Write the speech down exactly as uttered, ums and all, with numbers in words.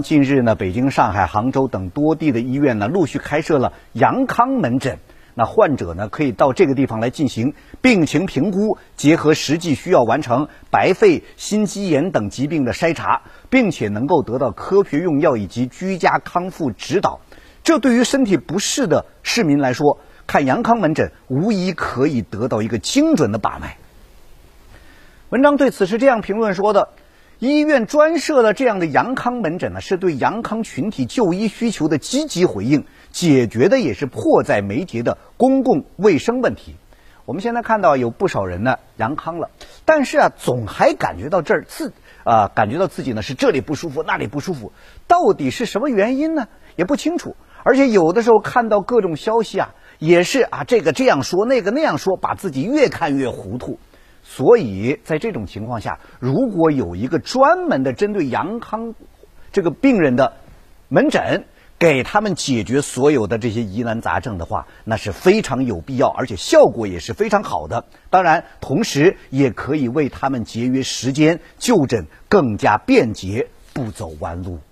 近日呢，北京、上海、杭州等多地的医院呢，陆续开设了阳康门诊。那患者呢，可以到这个地方来进行病情评估，结合实际需要完成白肺、心肌炎等疾病的筛查，并且能够得到科学用药以及居家康复指导。这对于身体不适的市民来说，看阳康门诊无疑可以得到一个精准的把脉。文章对此是这样评论说的：医院专设的这样的阳康门诊呢，是对阳康群体就医需求的积极回应，解决的也是迫在眉睫的公共卫生问题。我们现在看到有不少人呢阳康了，但是啊，总还感觉到这儿自啊、呃、感觉到自己呢是这里不舒服那里不舒服，到底是什么原因呢？也不清楚。而且有的时候看到各种消息啊，也是啊这个这样说那个那样说，把自己越看越糊涂。所以在这种情况下，如果有一个专门的针对阳康这个病人的门诊，给他们解决所有的这些疑难杂症的话，那是非常有必要，而且效果也是非常好的。当然，同时也可以为他们节约时间，就诊更加便捷，不走弯路。